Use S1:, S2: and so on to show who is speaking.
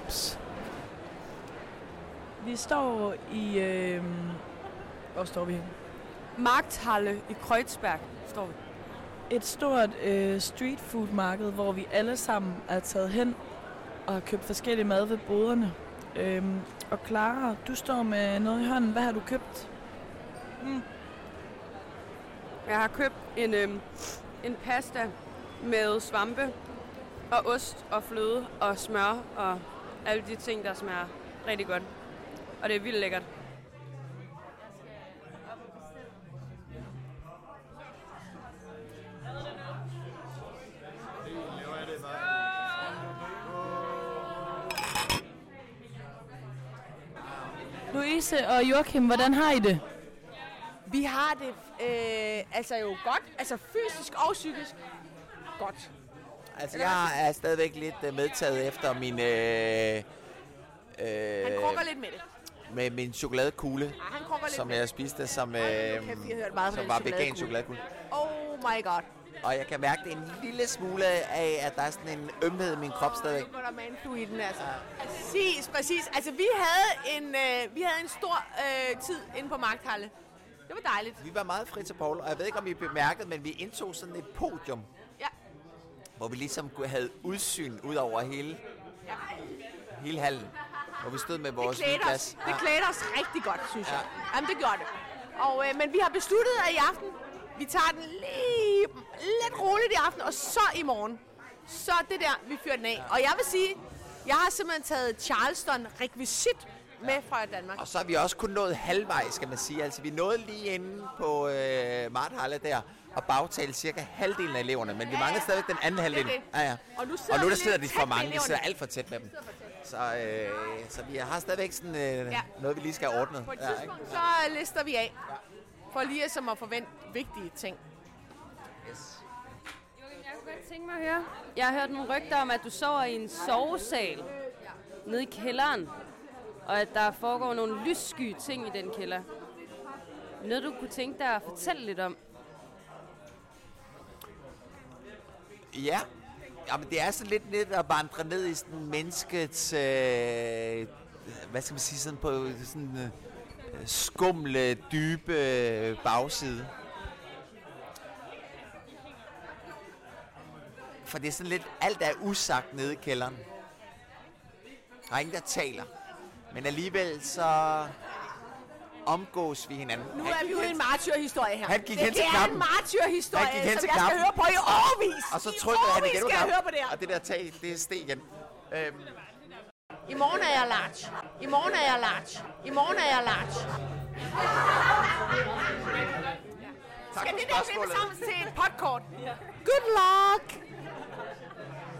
S1: Bobs. Vi står i... hvor står vi her?
S2: Markthalle i Kreuzberg står vi.
S1: Et stort street food marked, hvor vi alle sammen er taget hen og har købt forskellige mad ved boderne. Og Clara, du står med noget i hånden. Hvad har du købt?
S2: Jeg har købt en pasta med svampe og ost og fløde og smør og alle de ting, der smager rigtig godt. Og det er vildt lækkert.
S1: Louise og Joachim, hvordan har I det?
S3: Vi har det altså jo godt, altså fysisk og psykisk godt.
S4: Altså jeg er stadigvæk lidt medtaget efter min...
S3: Han krukker lidt med det.
S4: Med min chokoladekugle, som jeg spiste, som var vegansk chokoladekugle.
S3: Oh my god.
S4: Og jeg kan mærke det en lille smule af, at der er sådan en ømhed i min krop stadigvæk.
S3: Nu går der manflu i den, altså. Præcis. Altså, vi havde en stor tid inde på Markthalle. Det var dejligt.
S4: Vi var meget fri til Paul, og jeg ved ikke, om I bemærkede, men vi indtog sådan et podium.
S3: Ja.
S4: Hvor vi ligesom havde udsyn ud over hele hallen. Hvor vi stod med vores glas.
S3: Det klædte os rigtig godt, synes jeg. Jamen, det gjorde det. Og, men vi har besluttet, at i aften, vi tager den lige lidt roligt i aften, og så i morgen. Så det der, vi fyrer den af. Og jeg vil sige, jeg har simpelthen taget Charleston rekvisit med fra Danmark.
S4: Og så har vi også kun nået halvvejs, skal man sige. Altså, vi nåede lige inde på Markthalle der, og bagtale cirka halvdelen af eleverne, men vi mangler stadigvæk den anden halvdel. Ja. Og nu der sidder de for mange, vi sidder alt for tæt med dem. Så vi har stadigvæk sådan noget, vi lige skal have ordnet.
S3: På et tidspunkt, så lister vi af, for lige at forvente vigtige ting.
S4: Yes.
S2: Jeg kunne godt tænke mig at høre. Jeg har hørt nogle rygter om, at du sover i en sovesal nede i kælderen, og at der foregår nogle lyssky ting i den kælder. Noget, du kunne tænke dig at fortælle lidt om?
S4: Ja. Jamen, det er så lidt at vandre ned i sådan menneskets, hvad skal man sige, sådan på sådan skumle, dybe bagside. For det er sådan lidt, alt er usagt nede i kælderen. Der er ingen, der taler. Men alligevel så omgås vi hinanden.
S3: Nu er vi jo i en martyrhistorie her.
S4: Han gik hen til knappen.
S3: Det er en martyrhistorie, som jeg skal
S4: knappen.
S3: høre på i årevis.
S4: Og så trykkede han igen.
S3: Skal jeg høre på det her.
S4: Og det der tag, det steg igen.
S3: I morgen er jeg large. I morgen er jeg large. I morgen er jeg large.
S4: Tak
S3: skal
S4: for
S3: det der
S4: spørgsmålet.
S3: sammen til et potkort? Good luck!